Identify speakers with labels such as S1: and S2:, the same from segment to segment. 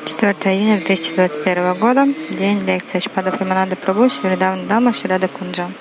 S1: 4 июня 2021 года, день лекции Шрипада Прамананда Прабху, Шри Вриндавана Дама, Шри Рада Кунджа.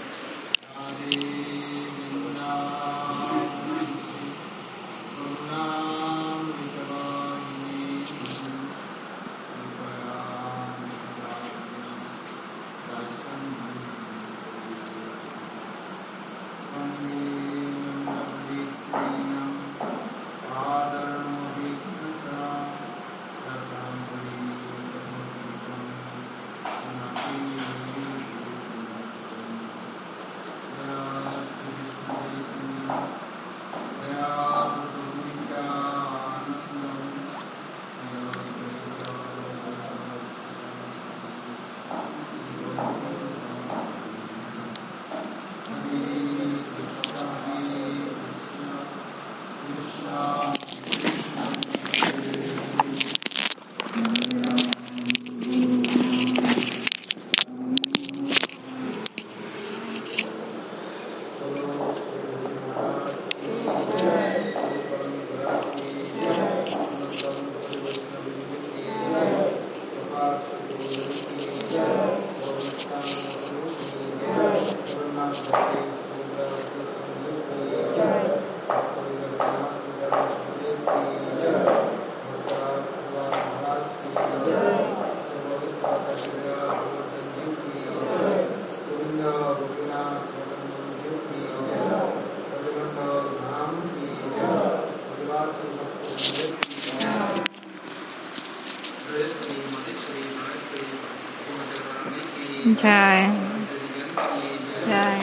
S1: Jai. Jai.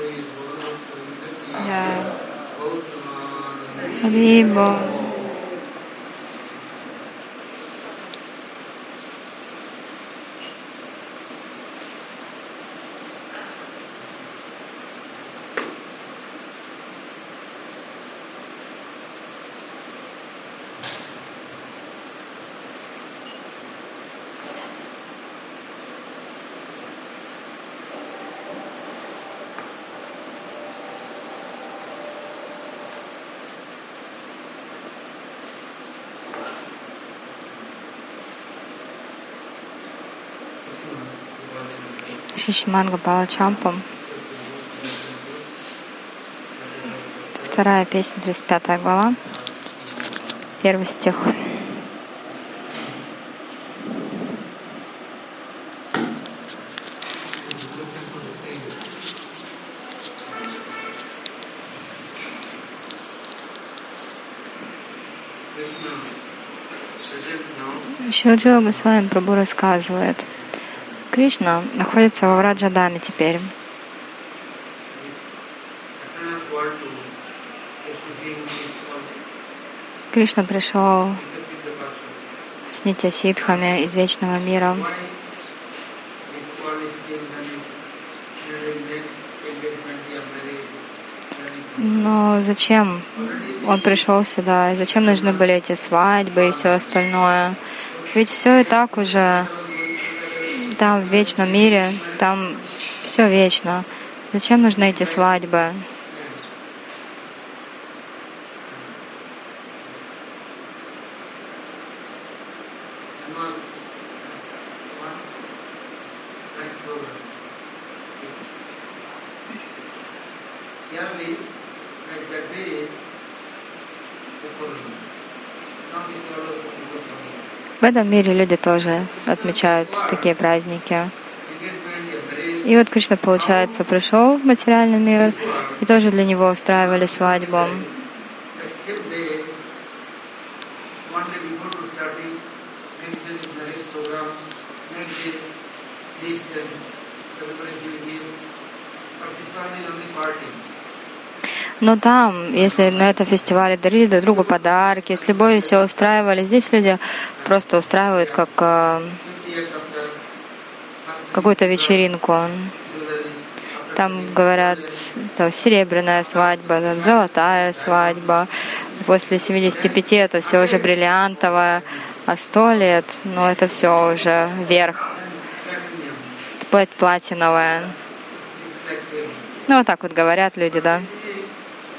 S1: Jai. Haribo. Шримад Гопала-чампу. Вторая песня, 35 глава, 1 стих. Шрила Госвами Прабху рассказывает, Кришна находится во Враджадаме теперь. Кришна пришел с нитья-сиддхами из вечного мира. Но зачем он пришел сюда? И зачем нужны были эти свадьбы и все остальное? Ведь все и так уже там, в вечном мире, там все вечно. Зачем нужны эти свадьбы? В этом мире люди тоже отмечают такие праздники. И вот Кришна, получается, пришел в материальный мир, и тоже для него устраивали свадьбу. Но там, если на этом фестивале дарили друг другу подарки, с любовью все устраивали, здесь люди просто устраивают как какую-то вечеринку. Там говорят, что серебряная свадьба, там золотая свадьба. После 75 это все уже бриллиантовое, а 100 лет, ну это все уже вверх, платиновое. Ну вот так вот говорят люди, да.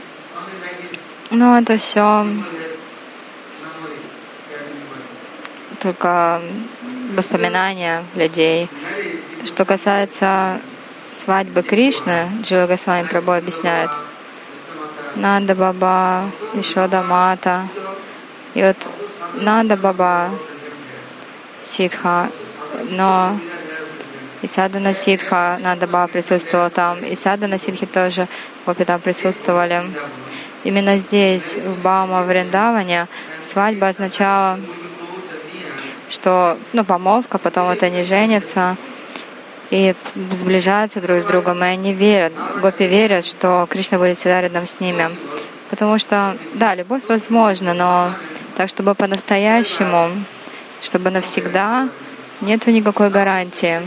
S1: Но это все только воспоминания людей. Что касается свадьбы Кришны, Джива Госвами Прабху объясняет, Нанда Баба, Ишода Мата. И вот Нанда Баба Сидха, но и Садана Сидха, Нанда Баба присутствовал там, и Садана Сидхи тоже, гопи там присутствовали. Именно здесь, в Бхаума Вриндаване, свадьба означала, что помолвка, потом вот они женятся и сближаются друг с другом, и они верят, гопи верят, что Кришна будет всегда рядом с ними. Потому что, да, любовь возможна, но так, чтобы по-настоящему, чтобы навсегда, нету никакой гарантии.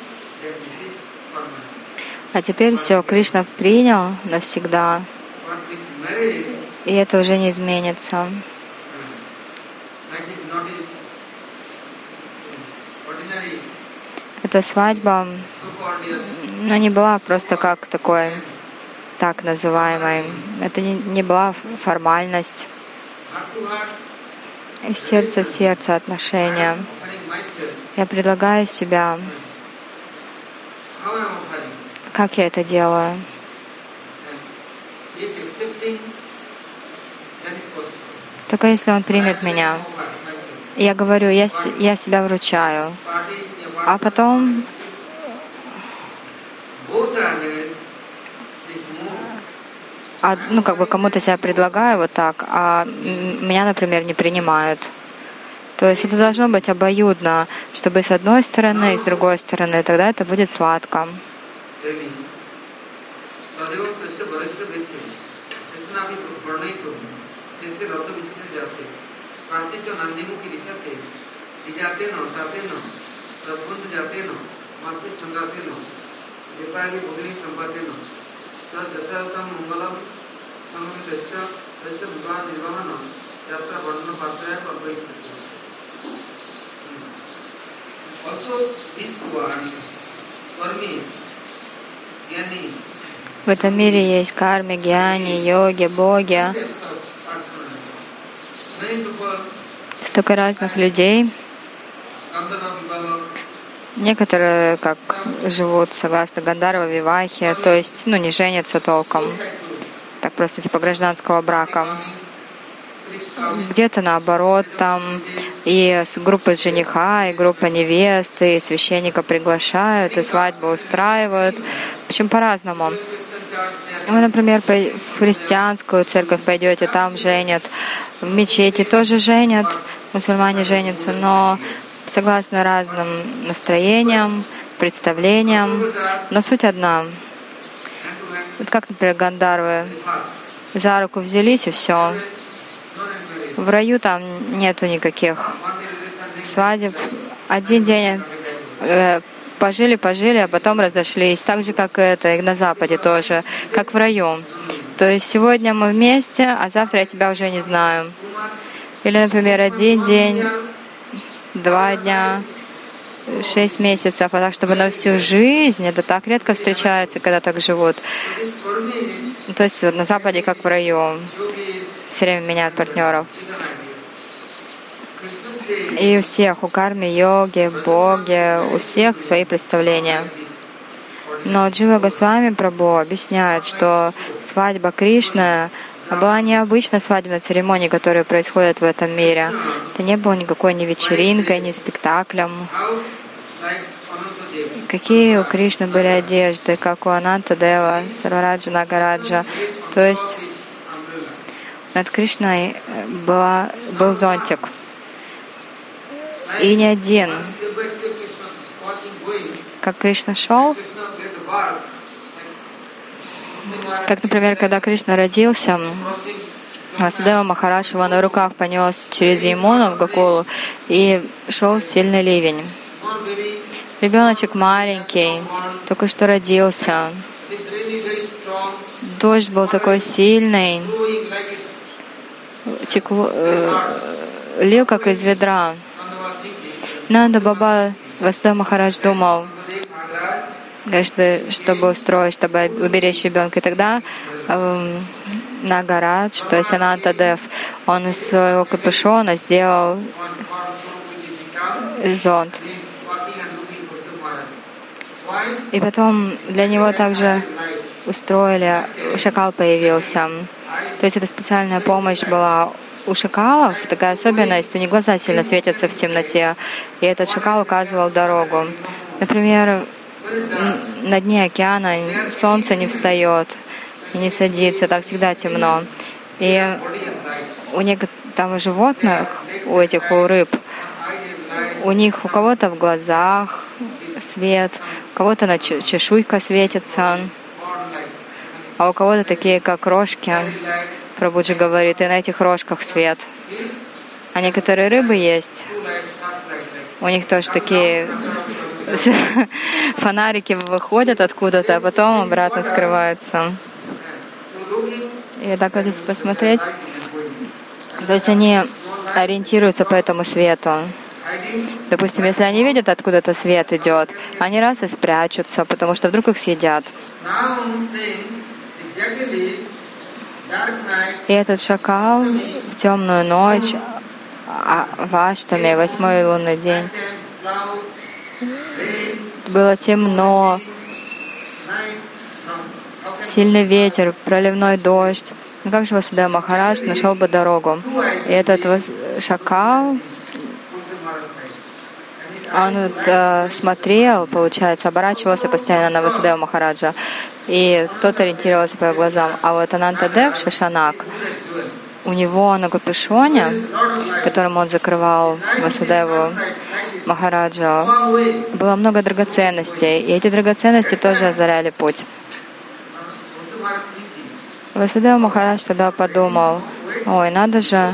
S1: А теперь все, Кришна принял навсегда, и это уже не изменится. Эта свадьба, не была просто как такой, так называемой. Это не была формальность. Из сердца в сердце отношения. Я предлагаю себя. Как я это делаю? Только если он примет меня. Я говорю, я себя вручаю. А потом кому-то себя предлагаю вот так, а меня, например, не принимают. То есть это должно быть обоюдно, чтобы с одной стороны и с другой стороны, тогда это будет сладко. В этом мире есть карми, гьяни, йоги, боги. Столько разных людей. Некоторые как живут согласно Гандарва Вивахе, то есть не женятся толком, так просто типа гражданского брака. Где-то наоборот, там и с группы жениха, и группа невесты, и священника приглашают, и свадьбу устраивают. В общем, по-разному. Вы, например, в христианскую церковь пойдете, там женят, в мечети тоже женят, мусульмане женятся, но согласно разным настроениям, представлениям, но суть одна. Вот как, например, Гандарвы за руку взялись и все. В раю там нету никаких свадеб. Один день пожили, а потом разошлись. Так же, как и на Западе тоже, как в раю. То есть сегодня мы вместе, а завтра я тебя уже не знаю. Или, например, один день, 2 дня, 6 месяцев, а так, чтобы на всю жизнь, это так редко встречается, когда так живут. То есть на Западе, как в раю, все время меняют партнеров. И у всех, у карми, йоги, боги, у всех свои представления. Но Джива Госвами Прабху объясняет, что свадьба Кришны была необычной свадебной церемонией, которая происходит в этом мире. Это не было никакой ни вечеринкой, ни спектаклем. Какие у Кришны были одежды, как у Анантадева, Сарвараджа, Нагараджа. То есть над Кришной был зонтик. И не один. Как Кришна шел, как, например, когда Кришна родился, Васудева Махарадж его на руках понес через Ямуну в Гокулу, и шел сильный ливень. Ребеночек маленький, только что родился. Дождь был такой сильный, лил как из ведра. Нанда Баба Васудева Махарадж думал, чтобы устроить, чтобы уберечь ребенка. И тогда Нагарадж, то есть Анантадев, он из своего капюшона сделал зонт. И потом для него также устроили, шакал появился. То есть это специальная помощь была у шакалов, такая особенность, у них глаза сильно светятся в темноте, и этот шакал указывал дорогу. Например, на дне океана солнце не встает и не садится, там всегда темно. И у некоторых там животных, у рыб, у кого-то в глазах свет, у кого-то чешуйка светится, а у кого-то такие, как рожки, Прабхуджи говорит, и на этих рожках свет. А некоторые рыбы есть, у них тоже такие фонарики выходят откуда-то, а потом обратно скрываются. И так вот если посмотреть, то есть они ориентируются по этому свету. Допустим, если они видят, откуда-то свет идет, они раз и спрячутся, потому что вдруг их съедят. И этот шакал в темную ночь, в Аштаме, 8-й лунный день, было темно, сильный ветер, проливной дождь. Ну как же Васудева Махарадж нашел бы дорогу? И этот шакал, он смотрел, получается, оборачивался постоянно на Васудева Махараджа, и тот ориентировался по его глазам. А вот Анантадев, Шашанак, у него на капюшоне, которым он закрывал Васудеву Махараджа, было много драгоценностей, и эти драгоценности тоже озаряли путь. Васудева Махарадж тогда подумал, ой, надо же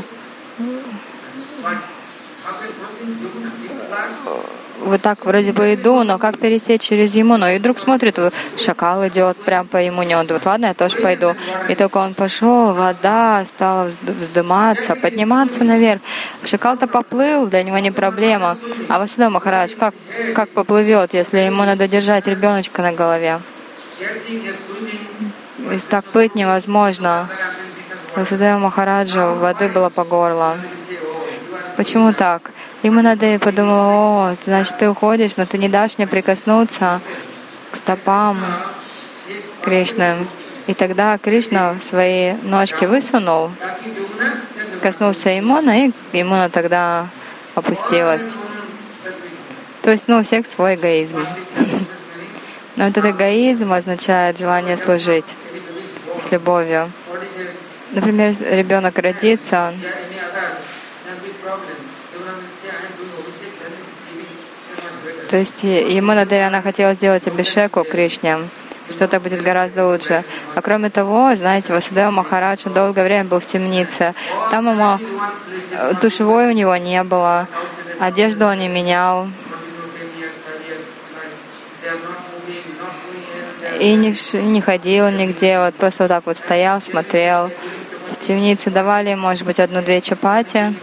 S1: вот так вроде бы иду, но как пересечь через Ямуну? И вдруг смотрит, шакал идет прямо по Ямуне, он думает, ладно, я тоже пойду. И только он пошел, вода стала вздыматься, подниматься наверх. Шакал-то поплыл, для него не проблема. А Васудева Махарадж как поплывет, если ему надо держать ребеночка на голове? И так плыть невозможно. Васудева Махараджу воды было по горло. Почему так? Ему надо, и подумал, о, значит, ты уходишь, но ты не дашь мне прикоснуться к стопам Кришны. И тогда Кришна свои ножки высунул, коснулся Ямуна, и Ямуна тогда опустилась. То есть, у всех свой эгоизм. Но этот эгоизм означает желание служить с любовью. Например, ребенок родится, то есть Ямуна Деви, она хотела сделать абишеку Кришне, что так будет гораздо лучше. А кроме того, знаете, Васудева Махарадж долгое время был в темнице. Там ему душевой у него не было, одежду он не менял. И не ходил нигде, вот просто вот так вот стоял, смотрел. В темнице давали, может быть, 1-2 чапати,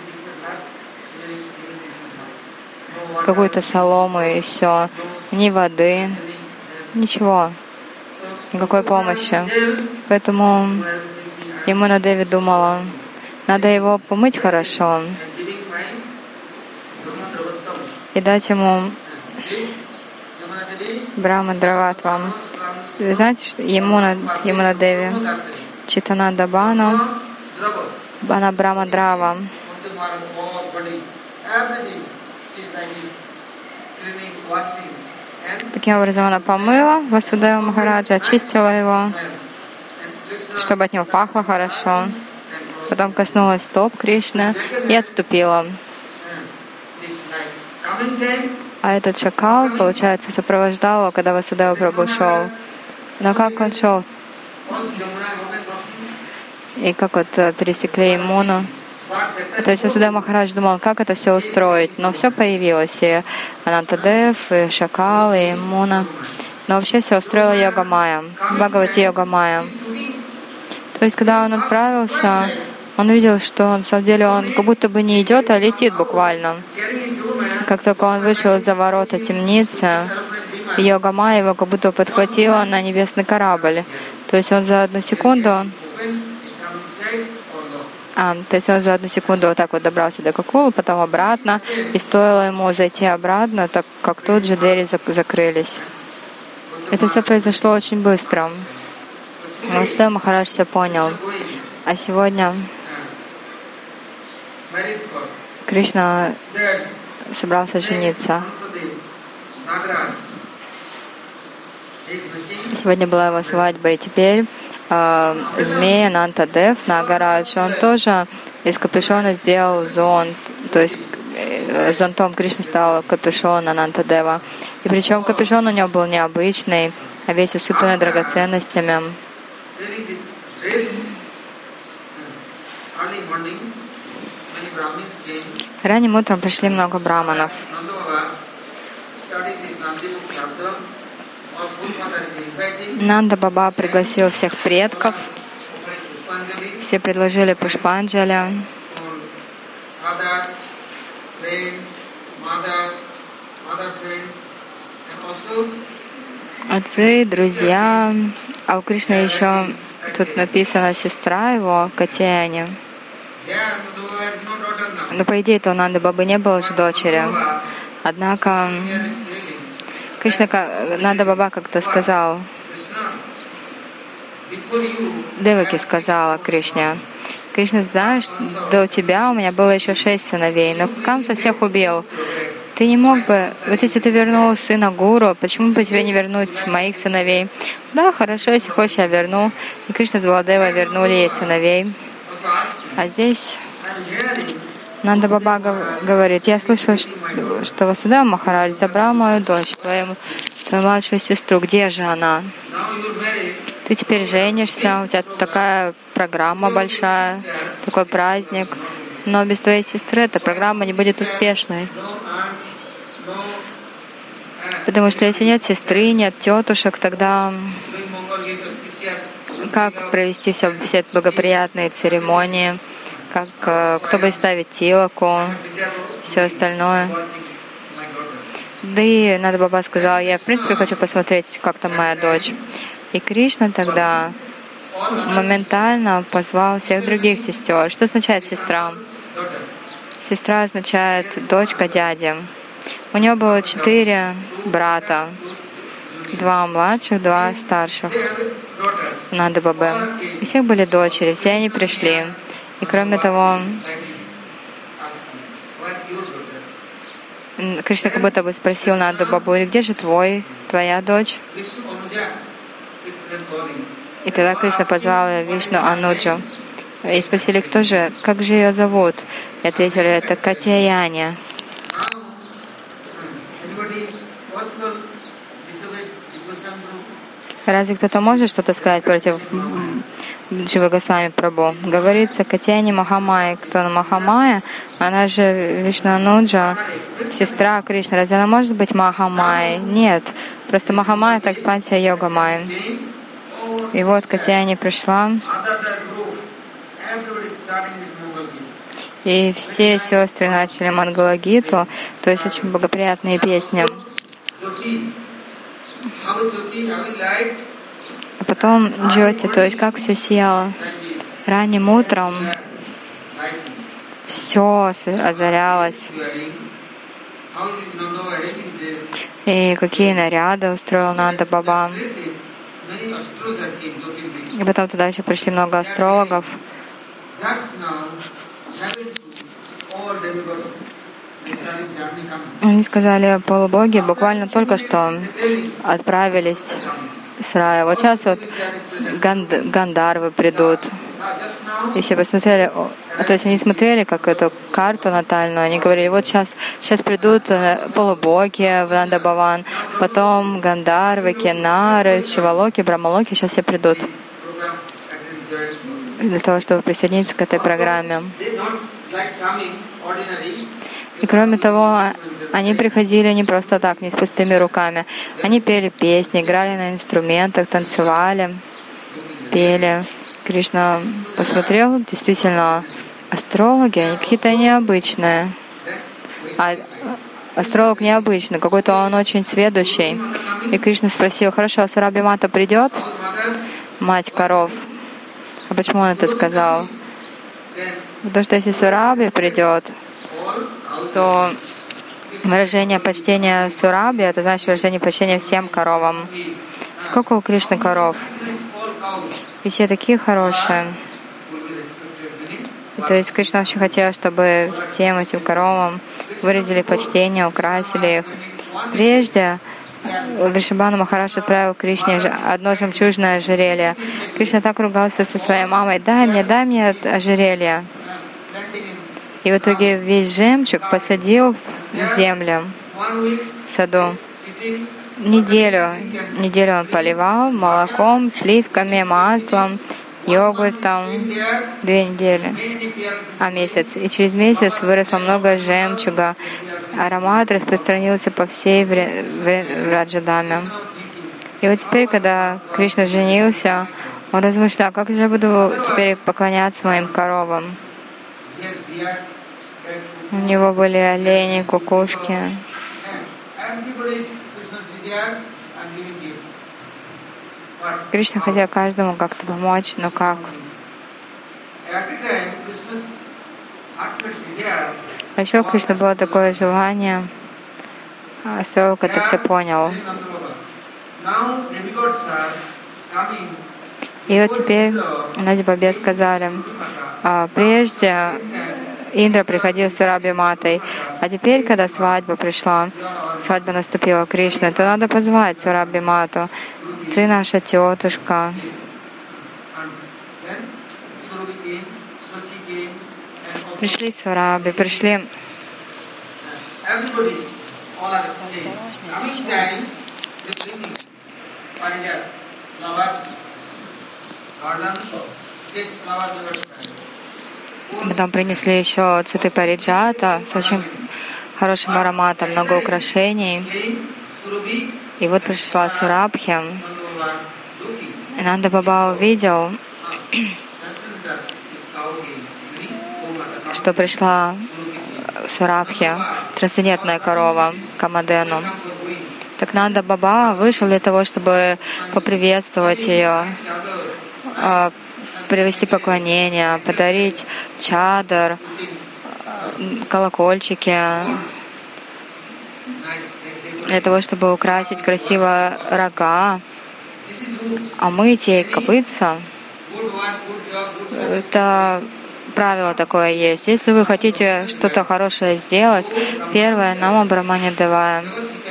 S1: какую-то солому и все. Ни воды, ничего, никакой помощи. Поэтому Ямуна Деви думала, надо его помыть хорошо и дать ему Брахма Драватвам. Вы знаете, что Ямуна Деви, Читананда Бану, Бана Брахма Драва. Таким образом она помыла Васудева Махараджа, очистила его, чтобы от него пахло хорошо. Потом коснулась стоп Кришны и отступила. А этот шакал, получается, сопровождал его, когда Васудева Прабху шел. Но как он шел? И как вот пересекли Ямуну. То есть Васудева Махарадж думал, как это все устроить. Но все появилось. И Анантадев, и шакал, и Ямуна. Но вообще все устроила Йога-майя, Бхагавати Йога-майя. То есть когда он отправился, он увидел, что на самом деле он как будто бы не идет, а летит буквально. Как только он вышел из-за ворота темницы, Йога-майя его как будто подхватила на небесный корабль. То есть он за 1 секунду То есть он за 1 секунду вот так вот добрался до Гокулы, потом обратно, и стоило ему зайти обратно, так как тут же двери закрылись. Это все произошло очень быстро. Васудева Махарадж все понял. А сегодня Кришна собрался жениться. Сегодня была его свадьба, и теперь змея Анантадев, Нагарадж, он тоже из капюшона сделал зонт, то есть зонтом Кришны стал капюшон Анантадева. И причем капюшон у него был необычный, а весь усыпанный драгоценностями. Ранним утром пришли много браманов. Нанда Баба пригласил всех предков. Все предложили пушпанджали. Отцы, друзья. А у Кришны еще тут написано сестра его, Катьяни. Но по идее-то у Нанды Бабы не было же дочери. Однако Кришна, Нанда Баба как-то сказал, Деваки сказала Кришне: Кришна, знаешь, до тебя у меня было еще 6 сыновей, но Камса всех убил. Ты не мог бы, вот если ты вернул сына Гуру, почему бы тебе не вернуть моих сыновей? Да, хорошо, если хочешь, я верну. И Кришна с Баладевой вернули ей сыновей. А здесь Нанда Баба говорит: я слышал, что Васудева Махарадж забрал мою дочь, твою младшую сестру. Где же она? Ты теперь женишься, у тебя такая программа большая, такой праздник, но без твоей сестры эта программа не будет успешной. Потому что если нет сестры, нет тетушек, тогда как провести все благоприятные церемонии, как, кто будет ставить тилоку, все остальное. Да и Нанда Баба сказала: я в принципе хочу посмотреть, как там моя дочь. И Кришна тогда моментально позвал всех других сестер. Что означает сестра? Сестра означает дочка дяди. У него было 4 брата, 2 младших, 2 старших Нанды Бабы. У всех были дочери, все они пришли. И кроме того, Кришна как будто бы спросил Нанду Бабу: где же твоя дочь? И тогда Кришна позвал Вишну Ануджу. И спросили, как же ее зовут? И ответили: это Катьяяни. Разве кто-то может что-то сказать против Джива Госвами Прабху? Говорится, Катьяни Махамая. Кто на Махамая? Она же Вишну Ануджа, сестра Кришны. Разве она может быть Махамай? Нет. Просто Махамая — это экспансия Йога-майи. И вот Катьяни пришла, и все сестры начали Мангалагиту, то есть очень благоприятные песни. А потом Джоти, то есть как все сияло. Ранним утром все озарялось. И какие наряды устроил Нанда Баба. И потом туда еще пришли много астрологов. Они сказали: полубоги буквально только что отправились с рая. Вот сейчас вот гандарвы придут. Если посмотрели, то есть они смотрели как эту карту натальную, они говорили: вот сейчас придут полубоги в Нандабаван, потом гандарвы, кенары, шивалоки, брамалоки, сейчас все придут для того, чтобы присоединиться к этой программе. И кроме того, они приходили не просто так, не с пустыми руками. Они пели песни, играли на инструментах, танцевали, пели. Кришна посмотрел, действительно, астрологи, они какие-то необычные. А астролог необычный, какой-то он очень сведущий. И Кришна спросил: хорошо, Сурабхи Мата придет, мать коров? А почему он это сказал? Потому что если Сурабхи придет, то выражение почтения Сурабхи — это значит выражение почтения всем коровам. Сколько у Кришны коров? И все такие хорошие. То есть Кришна очень хотел, чтобы всем этим коровам выразили почтение, украсили их. Прежде Вришабхану Махарадж отправил Кришне одно жемчужное ожерелье. Кришна так ругался со своей мамой: дай мне ожерелье. И в итоге весь жемчуг посадил в землю, в саду. Неделю он поливал молоком, сливками, маслом, йогуртом. 2 недели, месяц. И через месяц выросло много жемчуга. Аромат распространился по всей Враджадаме. И вот теперь, когда Кришна женился, он размышлял, как же я буду теперь поклоняться моим коровам. У него были олени, кукушки. Кришна хотел каждому как-то помочь, но как? А еще у Кришны было такое желание, Севака это все понял. И вот теперь Нади Бабе сказали, прежде Индра приходил с Сурабхи Матой, а теперь, когда свадьба наступила Кришны, то надо позвать Сурабхи Мату. Ты наша тетушка. Пришли Сурабхи, пришли. Потом принесли еще цветы париджата с очень хорошим ароматом, много украшений. И вот пришла Сурабхи. И Нанда Баба увидел, что пришла Сурабхи, трансцендентная корова, Камадену. Так Нанда Баба вышел для того, чтобы поприветствовать ее, привести поклонение, подарить чадр, колокольчики, для того, чтобы украсить красиво рога, омыть ей копытца. Это правило такое есть. Если вы хотите что-то хорошее сделать, первое — Намо Брахмане Девая.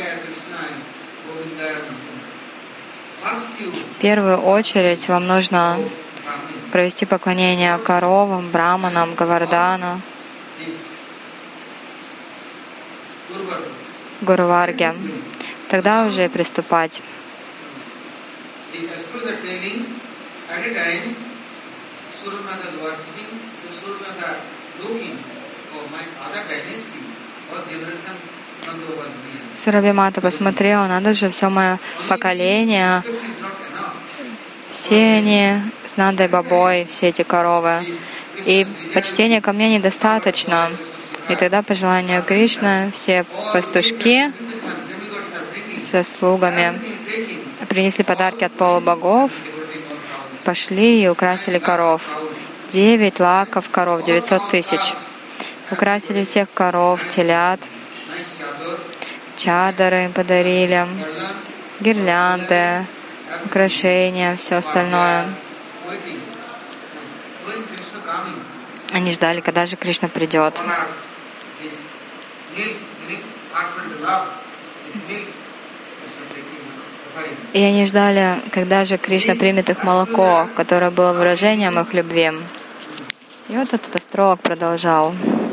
S1: В первую очередь вам нужно провести поклонение коровам, браманам, Гавардану, Гуру-варге. Тогда уже и приступать. Сурабхи Мата посмотрела, надо же, все мое поколение, все они с Нандой Бабой, все эти коровы. И почтения ко мне недостаточно. И тогда, по желанию Кришны, все пастушки со слугами принесли подарки от полубогов, пошли и украсили коров. 9 лаков коров, 900 тысяч. Украсили всех коров, телят, чадры им подарили, гирлянды, украшения, все остальное. Они ждали, когда же Кришна придет. И они ждали, когда же Кришна примет их молоко, которое было выражением их любви. И вот этот астролог продолжал.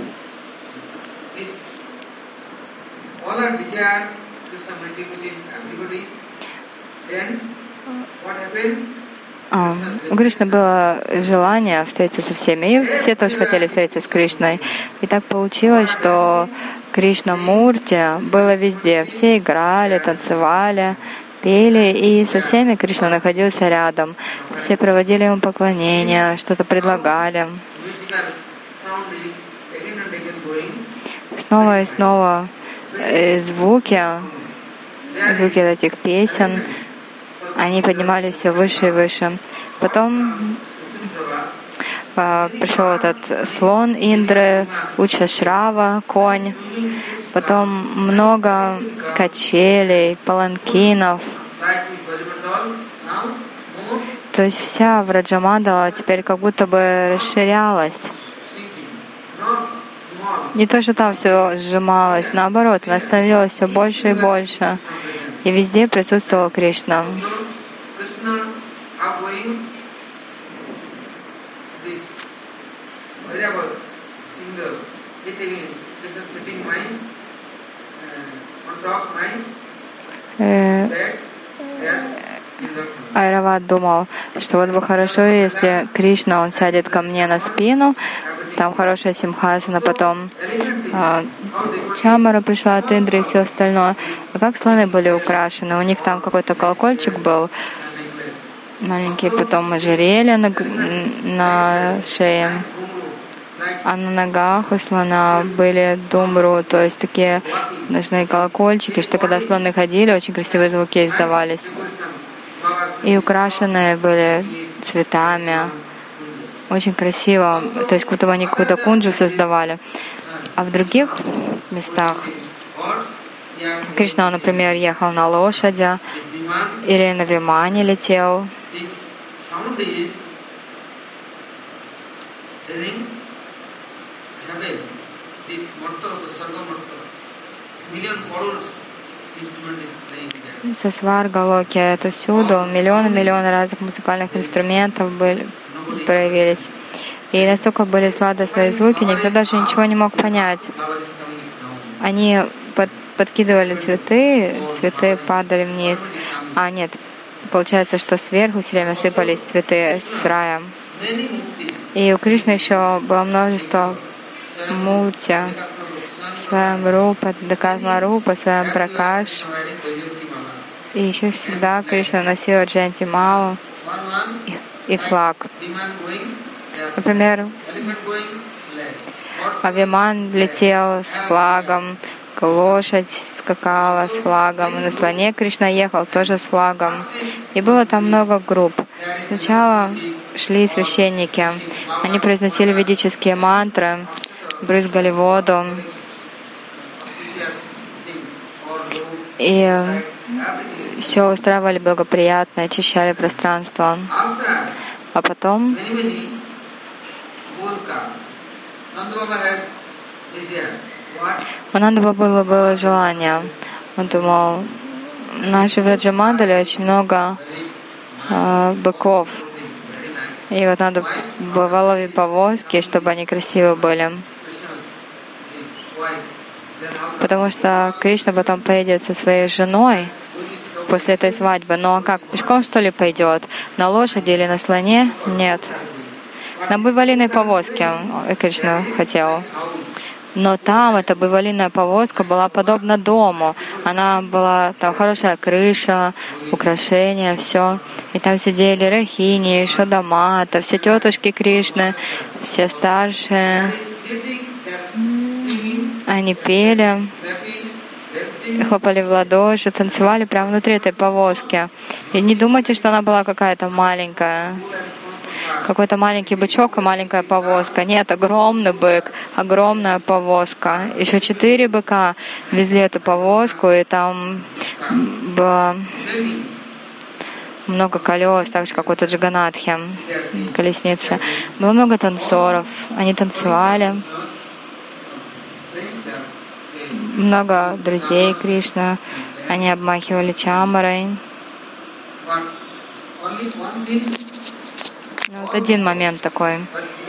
S1: У Кришны было желание встретиться со всеми, и все тоже хотели встретиться с Кришной. И так получилось, что Кришна Мурти было везде. Все играли, танцевали, пели, и со всеми Кришна находился рядом. Все проводили ему поклонения, что-то предлагали. Снова и снова звуки этих песен, они поднимались все выше и выше. Потом пришел этот слон Индры, Учашрава, конь, потом много качелей, паланкинов. То есть вся Враджамандала теперь как будто бы расширялась. Не то, что там все сжималось, наоборот, она становилась все больше и больше. И везде присутствовал Кришна. Айрават думал, что вот бы хорошо, если Кришна, он сядет ко мне на спину, там хорошая симхасана, потом Чамара пришла от Индры и все остальное. А как слоны были украшены? У них там какой-то колокольчик был маленький, потом ожерелье на шее. А на ногах у слона были думру, то есть такие ножные колокольчики, что когда слоны ходили, очень красивые звуки издавались. И украшенные были цветами. Очень красиво. То есть как будто они какую-то кунджу создавали. А в других местах Кришна, например, ехал на лошади или на вимане летел. Со Сваргалоки это всюду, миллионы разных музыкальных инструментов проявились. И настолько были сладостные звуки, никто даже ничего не мог понять. Они подкидывали цветы падали вниз. А нет, получается, что сверху все время сыпались цветы с рая. И у Кришны еще было множество мурти, своем рупа, дакатма-рупа, своем пракаш. И еще всегда Кришна носил джанти-малу и флаг. Например, Авиман летел с флагом, лошадь скакала с флагом, и на слоне Кришна ехал тоже с флагом. И было там много групп. Сначала шли священники, они произносили ведические мантры, брызгали воду. И все устраивали благоприятно, очищали пространство. А потом у Нанда было желание. Он думал, в нашей Враджамандале очень много быков. И вот надо воловьи повозки, чтобы они красивые были. Потому что Кришна потом поедет со своей женой после этой свадьбы. Ну а как, пешком что ли пойдет? На лошади или на слоне? Нет. На буйволиной повозке Кришна хотел. Но там эта буйволиная повозка была подобна дому. Она была, там хорошая крыша, украшения, все. И там сидели Рахини, Шодамата, все тетушки Кришны, все старшие. Они пели, хлопали в ладоши, танцевали прямо внутри этой повозки. И не думайте, что она была какая-то маленькая. Какой-то маленький бычок и маленькая повозка. Нет, огромный бык, огромная повозка. Еще 4 быка везли эту повозку, и там было много колес, так же, как у Джаганатхи, колесницы. Было много танцоров, они танцевали. Много друзей Кришны, они обмахивали чамарой. Ну, вот один момент такой.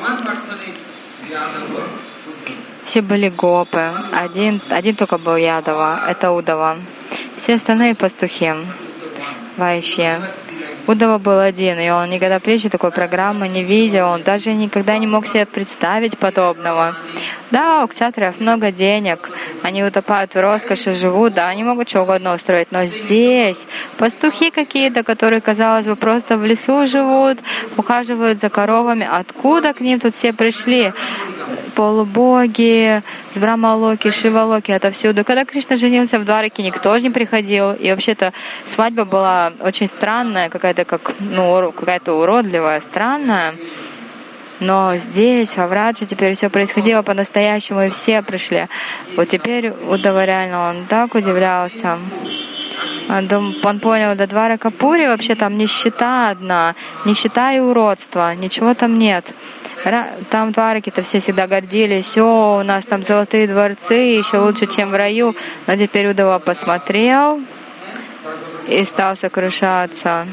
S1: Все были гопы, один только был Ядава, это Удава. Все остальные пастухи, вайшьи. Удава был один, и он никогда прежде такой программы не видел, он даже никогда не мог себе представить подобного. Да, у кшатриев много денег, они утопают в роскоши, живут, да, они могут что угодно устроить, но здесь пастухи какие-то, которые, казалось бы, просто в лесу живут, ухаживают за коровами, откуда к ним тут все пришли? Полубоги, с Брахмалоки, Шивалоки, отовсюду. Когда Кришна женился в Двараке, никто не приходил, и вообще-то свадьба была очень странная, какая-то уродливая, странная. Но здесь, во Врадже, теперь все происходило по-настоящему, и все пришли. Вот теперь Уддава реально, он так удивлялся. Он понял, да Дваракапури вообще там нищета одна, нищета и уродство, ничего там нет. Там двараки-то все всегда гордились, о, у нас там золотые дворцы, еще лучше, чем в раю. Но теперь Уддава посмотрел и стал сокрушаться.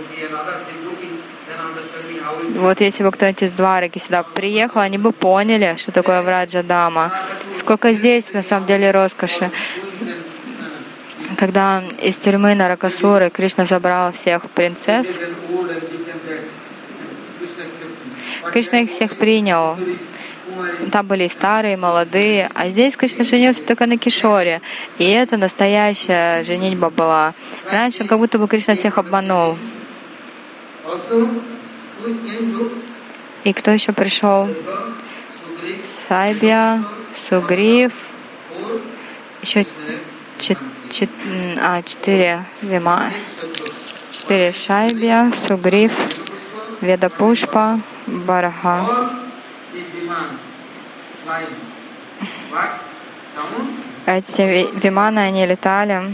S1: Вот если бы кто-нибудь из Двараки сюда приехал, они бы поняли, что такое Враджа-дама. Сколько здесь на самом деле роскоши. Когда из тюрьмы Наракасуры Кришна забрал всех принцесс, Кришна их всех принял. Там были и старые, и молодые. А здесь Кришна женился только на Кишоре. И это настоящая женитьба была. Раньше он как будто бы Кришна всех обманул. И кто еще пришел? Сайбья, Сугрив, еще 4 Вима, 4 Шайбья, Сугрив, Ведапушпа, Бараха. Эти виманы, они летали,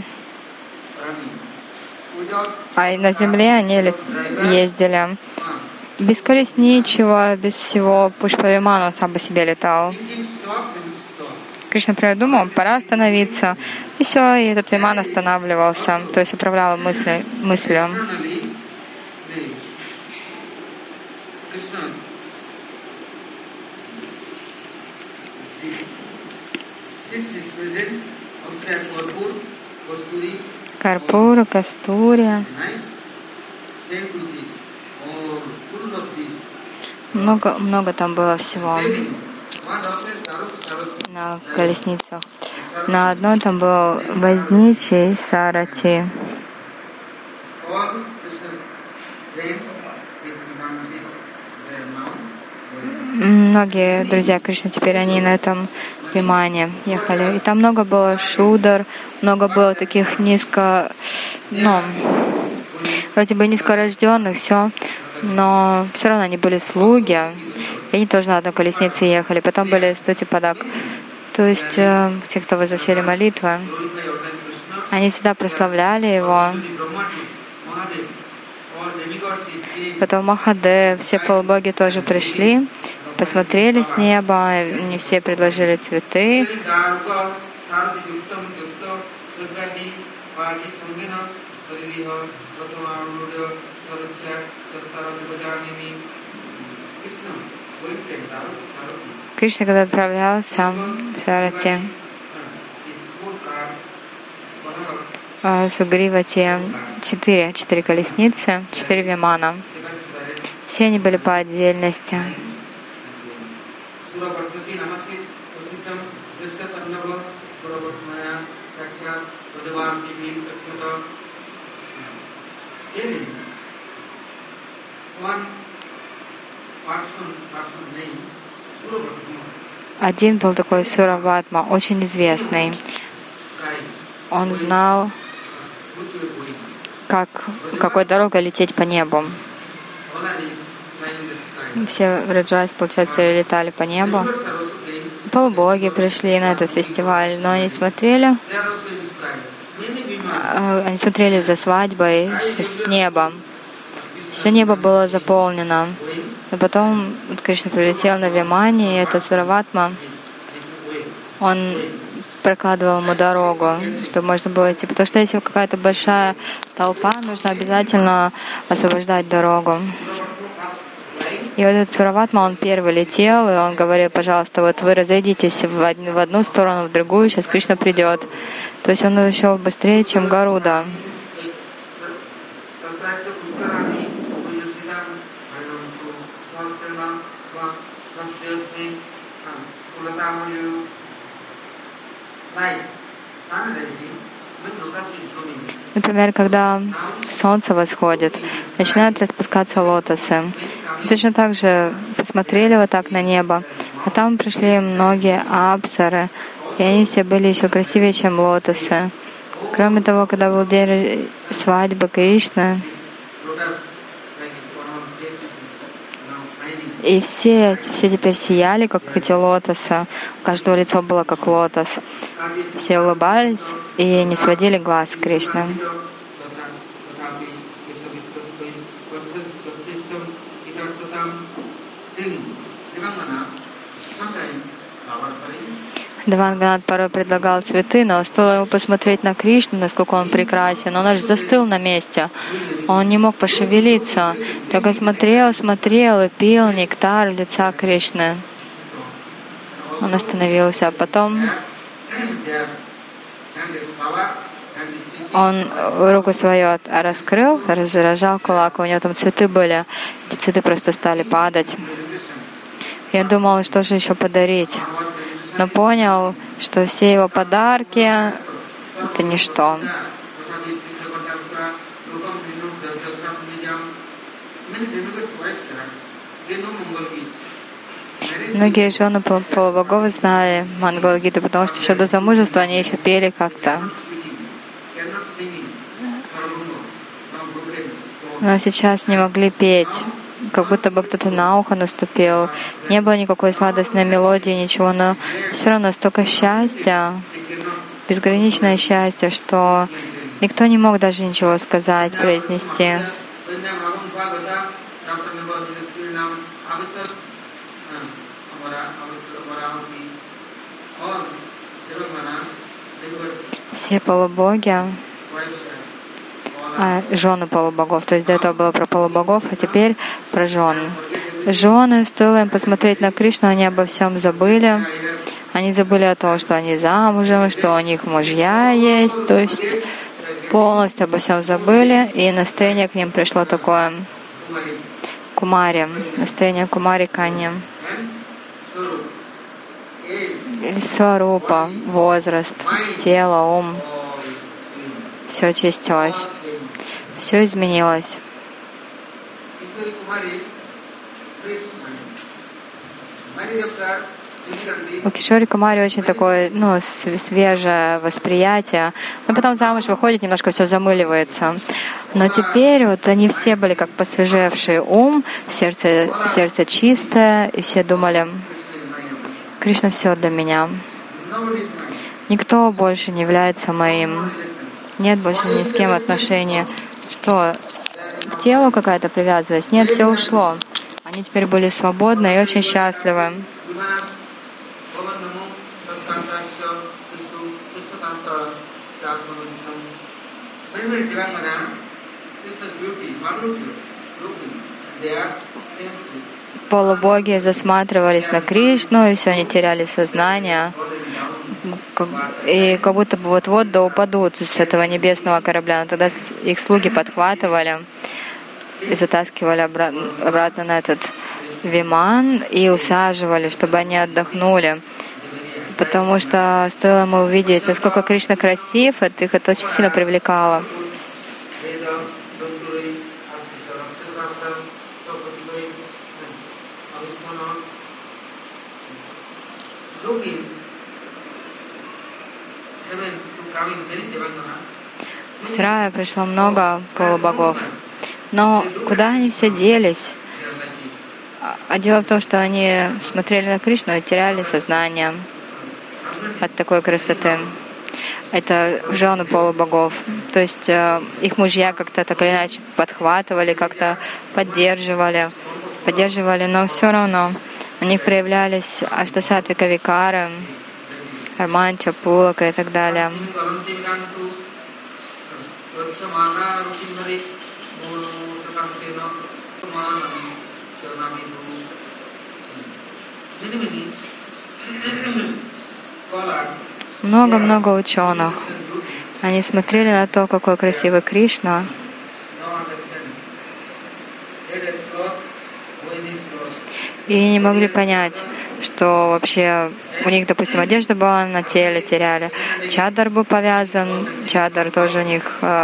S1: а на земле они ездили. Без колесничего, без всего. Пушпа-виман, он сам по себе летал. Кришна придумал, пора остановиться. И все, и этот виман останавливался, то есть управлял мыслью. Карпура, Кастурия. Много там было всего на колесницах. На одной там был возничий Сарати. Многие друзья Кришны теперь они на этом вимане ехали. И там много было шудар, много было таких вроде бы низкорожденных, все, но все равно они были слуги, и они тоже на одной колеснице ехали. Потом были стути падак, то есть те, кто возносили молитвы, они всегда прославляли его. Потом Махадев, все полубоги тоже пришли, посмотрели с неба, они все предложили цветы. Кришна, когда отправлялся в Сарати, Сугривати, 4 колесницы, 4 вимана. Все они были по отдельности. Один был такой Сураватма, очень известный. Он знал, какой дорогой лететь по небу. Все Раджас, получается, летали по небу. Полубоги пришли на этот фестиваль, но они смотрели за свадьбой с небом. Все небо было заполнено. Но потом Кришна прилетел на Вимане, и этот Сураватма, он прокладывал ему дорогу, чтобы можно было идти. Потому что если какая-то большая толпа, нужно обязательно освобождать дорогу. И вот этот Сураватма, он первый летел, и он говорил, пожалуйста, вот вы разойдитесь в одну сторону, в другую, сейчас Кришна придет. То есть он шел быстрее, чем Гаруда. Например, когда солнце восходит, начинают распускаться лотосы. Точно так же посмотрели вот так на небо, а там пришли многие апсары, и они все были еще красивее, чем лотосы. Кроме того, когда был день свадьбы Кришны, И все теперь сияли, как эти лотосы. У каждого лицо было как лотос. Все улыбались и не сводили глаз с Кришны. Деванганат порой предлагал цветы, но стоило ему посмотреть на Кришну, насколько он прекрасен, он аж застыл на месте. Он не мог пошевелиться, только смотрел и пил нектар лица Кришны. Он остановился, а потом он руку свою раскрыл, разжал кулак, у него там цветы были, эти цветы просто стали падать. Я думал, что же еще подарить, но понял, что все его подарки — это ничто. Многие жены полубогов знали Мангала-гиту, потому что еще до замужества они еще пели как-то. Но сейчас не могли петь, как будто бы кто-то на ухо наступил. Не было никакой сладостной мелодии, ничего, но все равно столько счастья, безграничное счастье, что никто не мог даже ничего сказать, произнести. Все полубоги, жены полубогов, то есть до этого было про полубогов, а теперь про жен. Жены, стоило им посмотреть на Кришну, они обо всем забыли. Они забыли о том, что они замужем, что у них мужья есть, то есть полностью обо всем забыли, и настроение к ним пришло такое кумари, настроение кумари каньи. Сварупа, возраст, тело, ум, все очистилось, все изменилось. У Кишори Кумари очень такое, свежее восприятие. Но потом замуж выходит, немножко все замыливается. Но теперь вот они все были как посвежевший ум, сердце чистое, и все думали: Кришна все для меня. Никто больше не является моим. Нет больше ни с кем отношения. Что, к телу какая-то привязанность? Нет, все ушло. Они теперь были свободны и очень счастливы. Полубоги засматривались на Кришну, и все, они теряли сознание. И как будто бы вот-вот да упадут с этого небесного корабля. Но тогда их слуги подхватывали и затаскивали обратно на этот виман и усаживали, чтобы они отдохнули. Потому что стоило ему увидеть, насколько Кришна красив, их это очень сильно привлекало. С рая пришло много полубогов. Но куда они все делись? А дело в том, что они смотрели на Кришну и теряли сознание от такой красоты. Это жены полубогов. То есть их мужья как-то так или иначе подхватывали, как-то поддерживали, но все равно у них проявлялись аштасатвика викары, романча, пулака и так далее. Много-много ученых. Они смотрели на то, какой красивый Кришна, и не могли понять, что вообще у них, допустим, одежда была на теле, теряли. Чадар был повязан, чадар тоже у них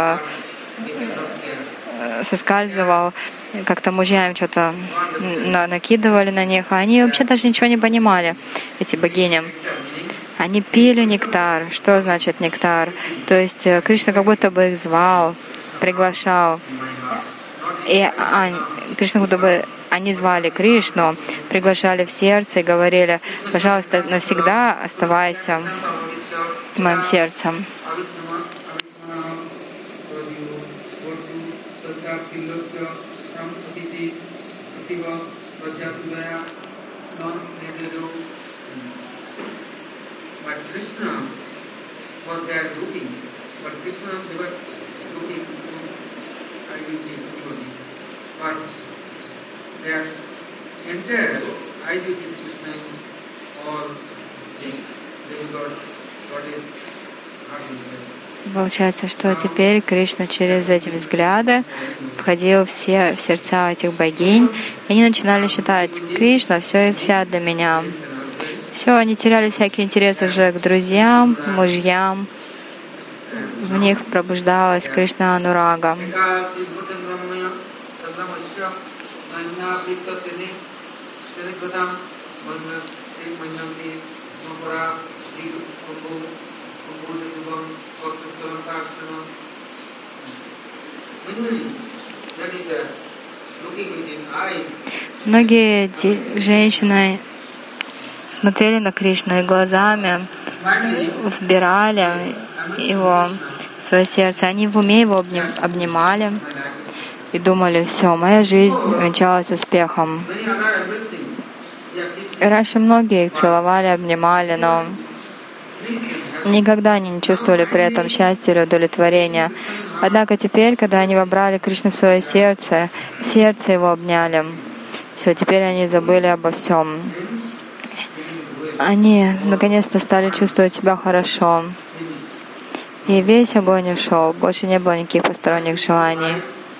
S1: соскальзывал. Как-то мужья им что-то накидывали на них, а они вообще даже ничего не понимали, эти богини. Они пили нектар. Что значит нектар? То есть Кришна как будто бы их звал, приглашал. И Кришна как будто бы они звали Кришну, приглашали в сердце и говорили: пожалуйста, навсегда оставайся моим сердцем. Получается, что теперь Кришна через эти взгляды входил в сердца этих богинь, и они начинали считать: Кришна все и вся для меня. Все, они теряли всякий интерес уже к друзьям, мужьям. В них пробуждалась Кришна Анурага. Многие женщины смотрели на Кришну и глазами вбирали его в свое сердце. Они в уме его обнимали и думали: все, моя жизнь венчалась успехом. И раньше многие их целовали, обнимали, но никогда они не чувствовали при этом счастья или удовлетворения. Однако теперь, когда они вобрали Кришну в свое сердце его обняли, все, теперь они забыли обо всем. Они наконец-то стали чувствовать себя хорошо. И весь огонь ушел, больше не было никаких посторонних желаний.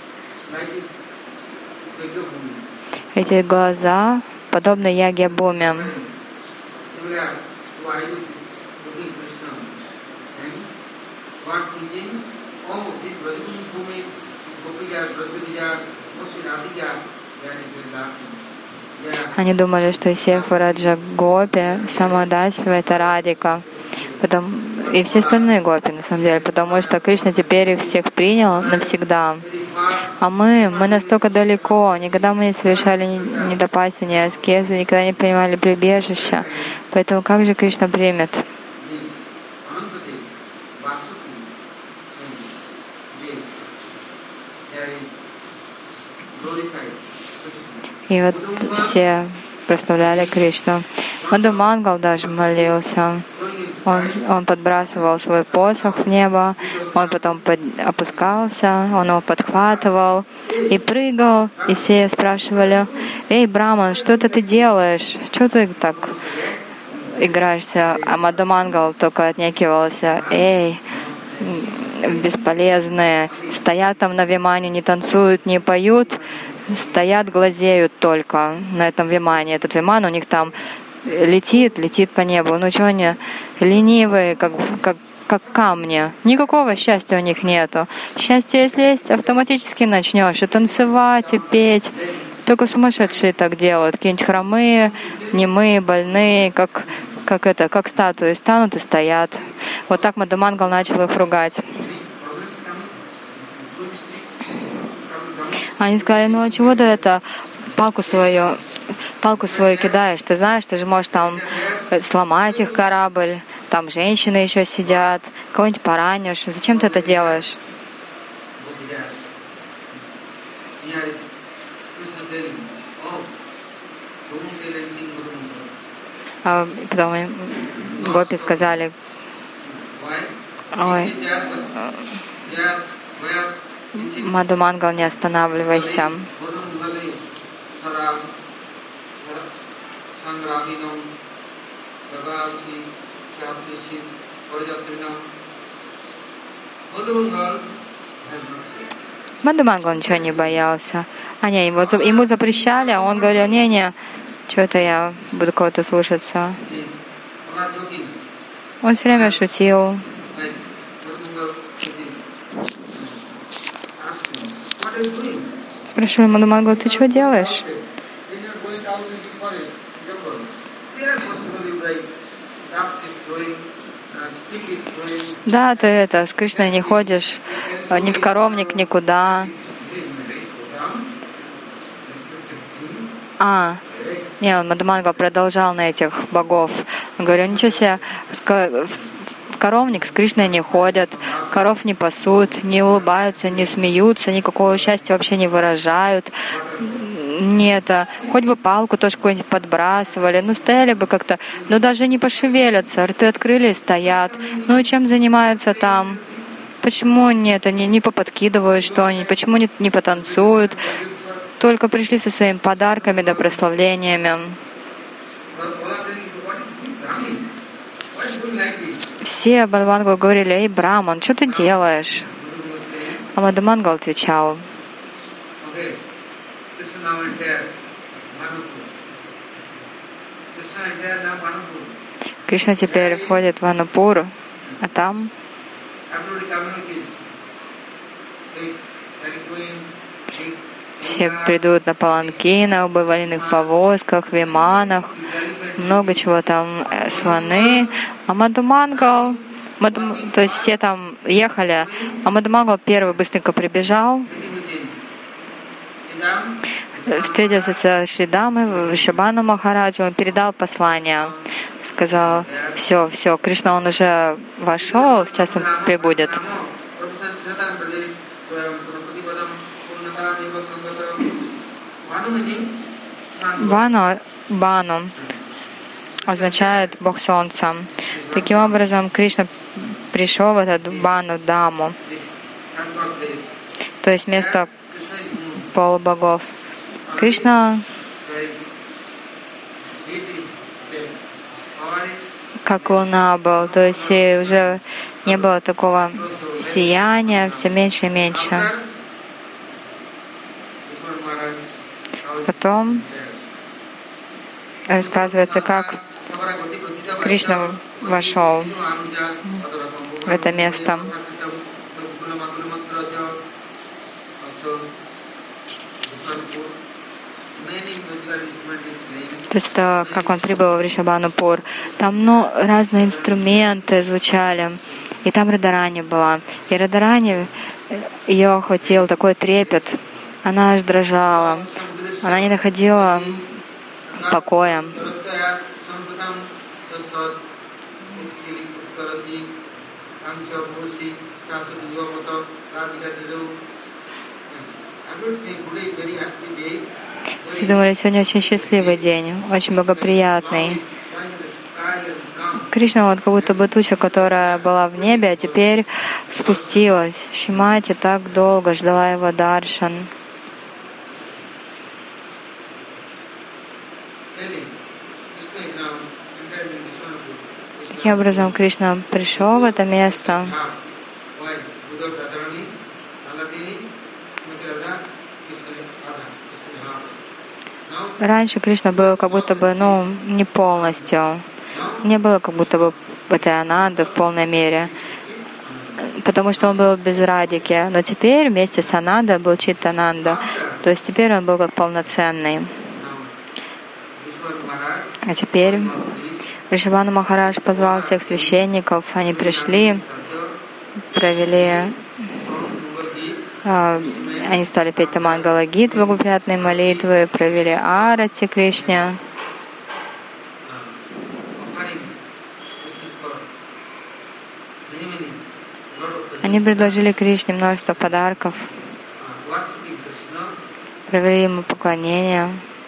S1: Эти глаза подобны Ягья-бхуме. Они думали, что из всех Враджа Гопи сама Дасива — это Радика. И все остальные гопи, на самом деле, потому что Кришна теперь их всех принял навсегда. А мы настолько далеко, никогда мы не совершали ни тапаси, ни аскезы, никогда не принимали прибежища. Поэтому как же Кришна примет? И вот все прославляли Кришну. Мадхумангал даже молился. Он подбрасывал свой посох в небо, он потом опускался, он его подхватывал и прыгал. И все спрашивали: «Эй, Браман, что это ты делаешь? Что ты так играешься?» А Мадхумангал только отнекивался: «Эй, бесполезные, стоят там на вимане, не танцуют, не поют, стоят, глазеют только на этом вимане. Этот виман у них там летит по небу. Ну чего они ленивые, как камни. Никакого счастья у них нету. Счастье, если есть, автоматически начнешь и танцевать, и петь. Только сумасшедшие так делают. Какие-нибудь хромые, немые, больные, как статуи станут и стоят». Вот так Мадхумангал начал их ругать. Они сказали: «Ну а чего ты палку свою кидаешь? Ты знаешь, ты же можешь там сломать их корабль, там женщины еще сидят, кого-нибудь поранишь. Зачем ты это делаешь?» А потом гопи сказали: «Ой, Мадхумангал, не останавливайся. Мадхумангал ничего не боялся. Ему запрещали, а он говорил: не, что-то я буду кого-то слушаться. Он все время шутил. Спрашиваю Мадхумангал: ты чего делаешь? Да, ты с Кришной не ходишь ни в коровник, никуда. Мадхумангал продолжал на этих богов. Он говорил, ничего себе, в коровник с Кришной не ходят, коров не пасут, не улыбаются, не смеются, никакого счастья вообще не выражают. Нет, хоть бы палку тоже какую-нибудь подбрасывали, стояли бы как-то, даже не пошевелятся, рты открыли и стоят. И чем занимаются там? Почему нет, они не поподкидывают что-нибудь, почему не потанцуют? Только пришли со своими подарками да прославлениями. Все Бхагавангу говорили: «Эй, Браман, что ты делаешь?» А Мадхумангал отвечал: Кришна теперь входит в Ванупур, а там все придут на паланкинах, бывалиных повозках, виманах, много чего там, слоны. А Мадхумангал, то есть все там ехали, а Мадхумангал первый быстренько прибежал, встретился с Шридамой, Вришабхану Махараджу, он передал послание, сказал: все, Кришна, он уже вошел, сейчас он прибудет. Бану означает Бог Солнца. Таким образом, Кришна пришел в эту Бану Даму, то есть место полубогов. Кришна как луна был, то есть уже не было такого сияния, все меньше и меньше. Потом рассказывается, как Кришна вошел в это место. То есть это как он прибыл в Вришабханупур. Там разные инструменты звучали. И там Радарани была. И Радарани, ее охватил такой трепет. Она аж дрожала. Она не находила покоя. Все думали, сегодня очень счастливый день, очень благоприятный. Кришна как будто бы туча, которая была в небе, а теперь спустилась. Шримати так долго ждала его даршан. Таким образом, Кришна пришел в это место. Раньше Кришна был как будто бы, не полностью. Не было как будто бы этой Ананды в полной мере, потому что он был без Радики. Но теперь вместе с Анандой был Читтананда. То есть теперь он был как полноценный. А теперь Вришабхану Махарадж позвал всех священников. Они пришли, провели... Они стали петь Тамангала Гит, благоприятные молитвы, провели Арати Кришне. Они предложили Кришне множество подарков, провели ему поклонение.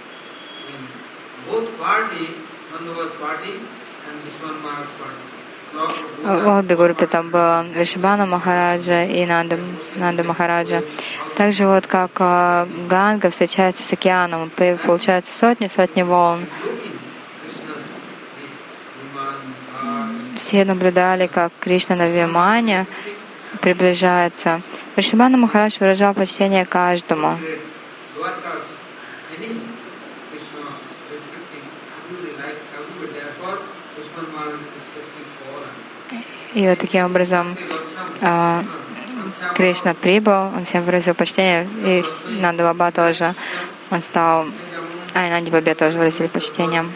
S1: В обе группы там было Вришабхану Махараджа и Нанда Махараджа. Также как Ганга встречается с океаном, получается сотни волн. Все наблюдали, как Кришна на Вимане приближается. Вришабхану Махарадж выражал почтение каждому. И вот таким образом Кришна прибыл, он всем выразил почтение, и Нанда Баба тоже, он стал, и Нанди Бабе тоже выразили почтение.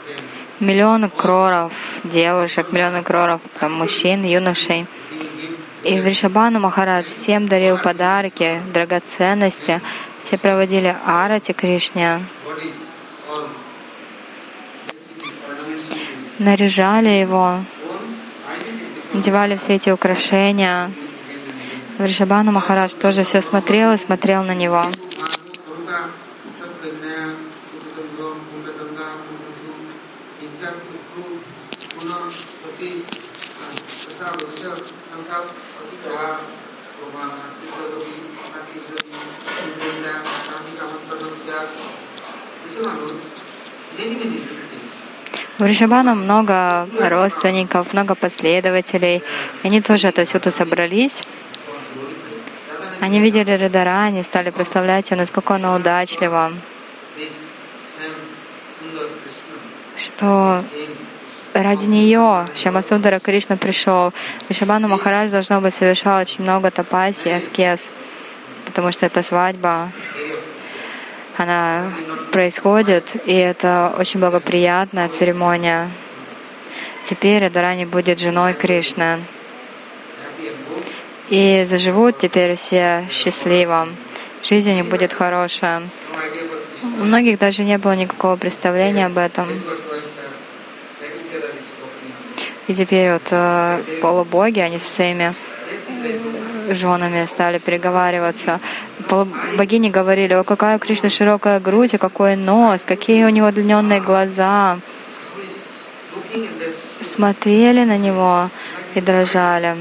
S1: миллионы кроров девушек, миллионы кроров там, мужчин, юношей. И Вришабхану Махарадж всем дарил подарки, драгоценности, все проводили арати Кришне, наряжали его, надевали все эти украшения. Вришабхану Махарадж тоже все смотрел и смотрел на него. У Вришабхана много родственников, много последователей. Они тоже отовсюду собрались. Они видели Радарани, стали прославлять ее, насколько она удачлива, что ради нее Шьямасундара Кришна пришел. Вришабхану Махарадж, должно быть, совершал очень много тапаси, аскез, потому что эта свадьба, она происходит, и это очень благоприятная церемония. Теперь Радарани будет женой Кришны. И заживут теперь все счастливо. Жизнь у них будет хорошая. У многих даже не было никакого представления об этом. И теперь вот полубоги, они со своими женами стали переговариваться. Богини говорили: о, какая у Кришны широкая грудь, и какой нос, какие у него длинненные глаза. Смотрели на него и дрожали.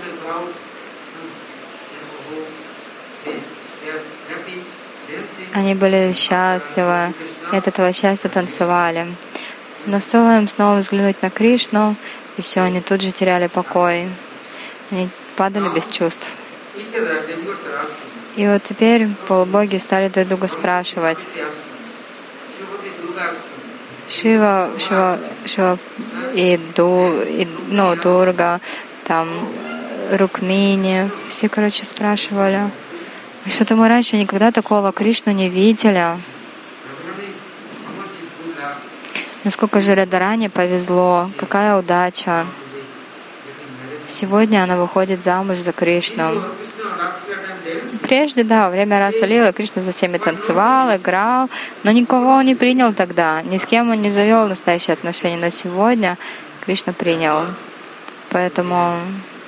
S1: Они были счастливы, и от этого счастья танцевали. Но стоило им снова взглянуть на Кришну, и все, они тут же теряли покой. Они падали без чувств. И вот теперь полубоги стали друг друга спрашивать. Шива и Дурга, там Рукмини, все, короче, спрашивали. Что-то мы раньше никогда такого Кришну не видели. Насколько же Радарани повезло, какая удача. Сегодня она выходит замуж за Кришну. Прежде, да, во время Раса Лилы Кришна за всеми танцевал, играл, но никого он не принял тогда, ни с кем он не завел настоящие отношения. Но сегодня Кришна принял. Поэтому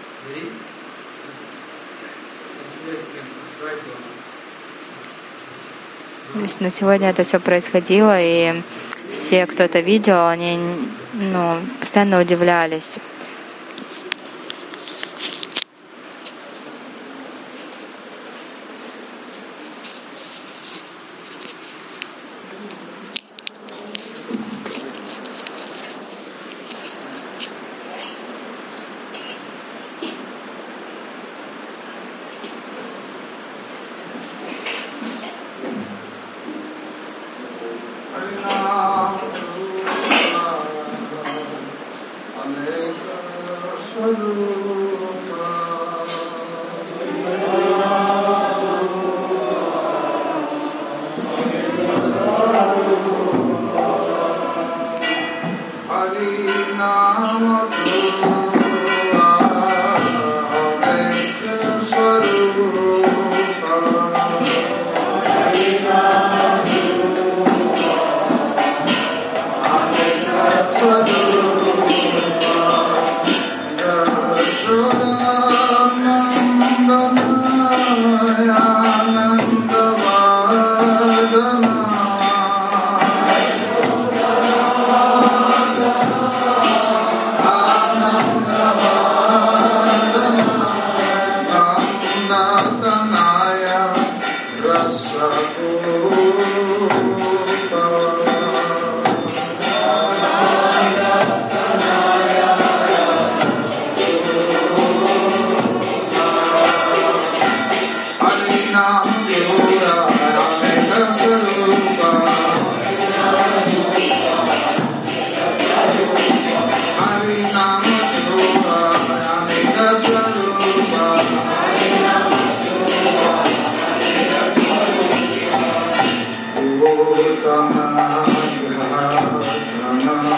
S1: но сегодня это все происходило, и все, кто это видел, они постоянно удивлялись.
S2: Sama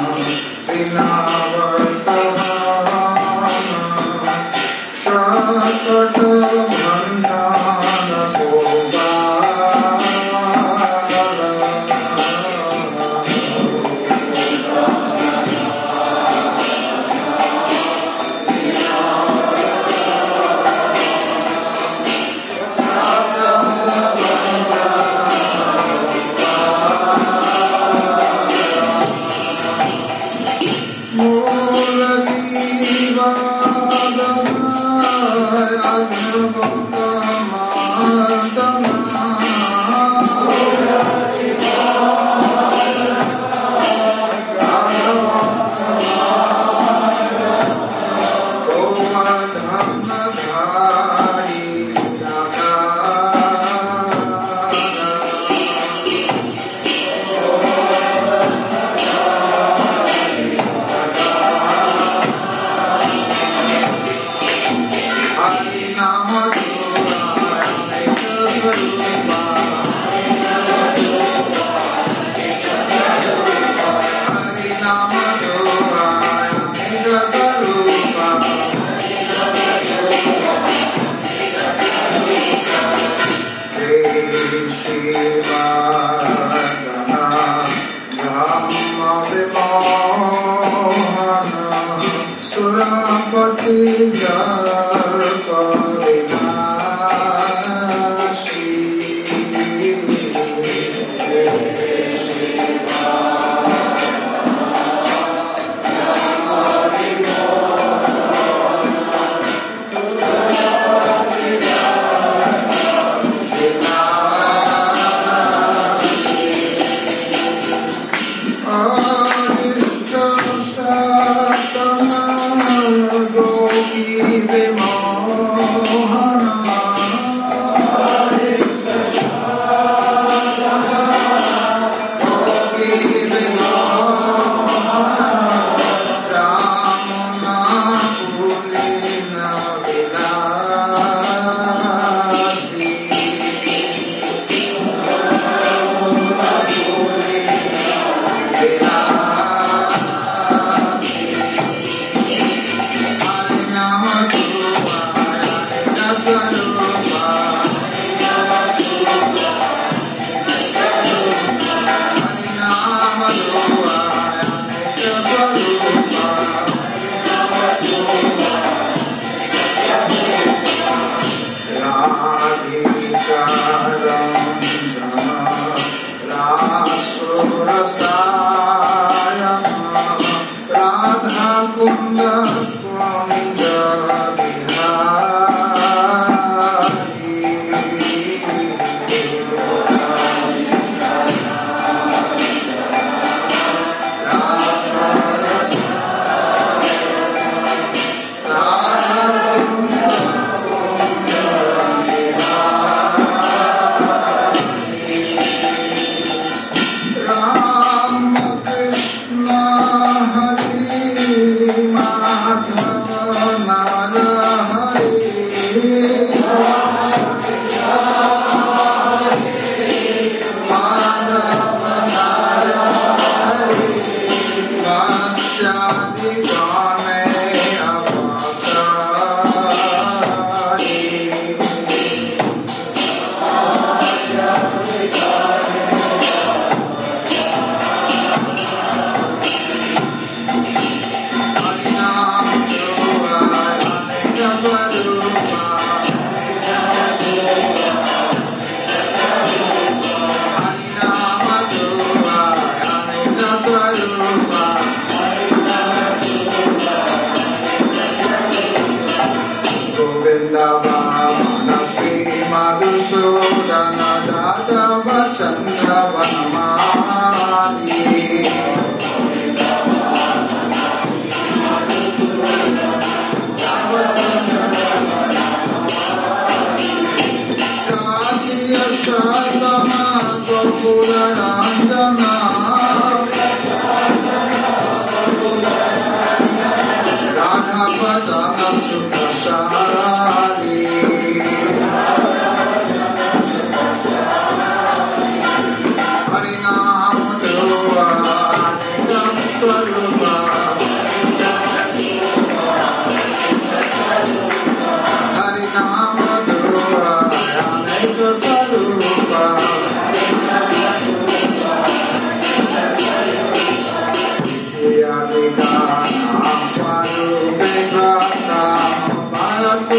S2: Radha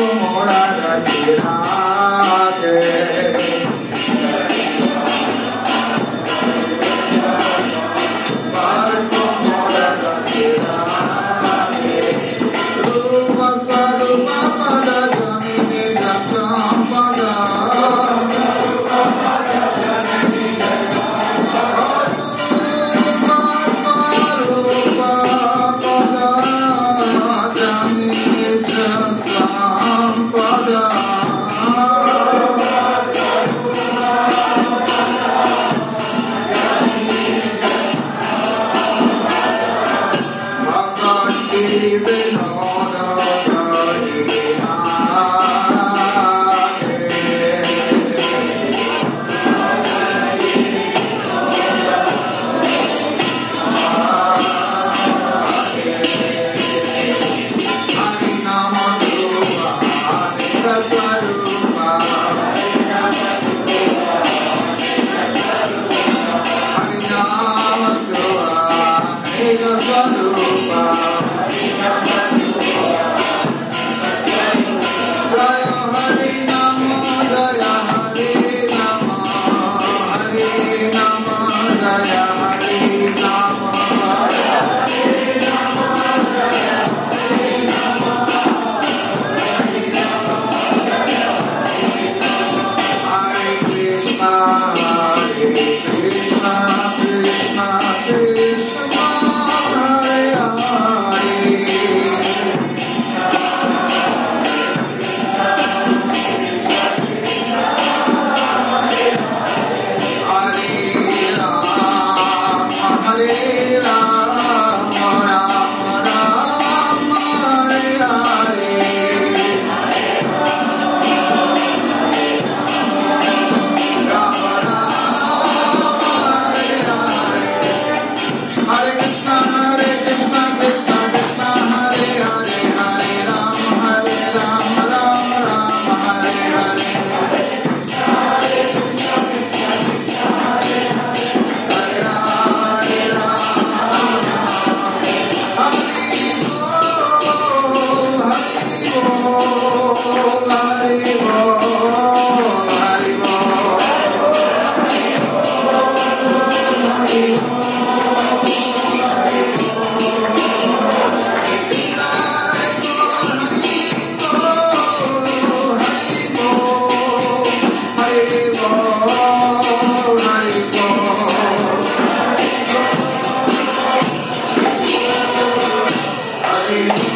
S2: Hare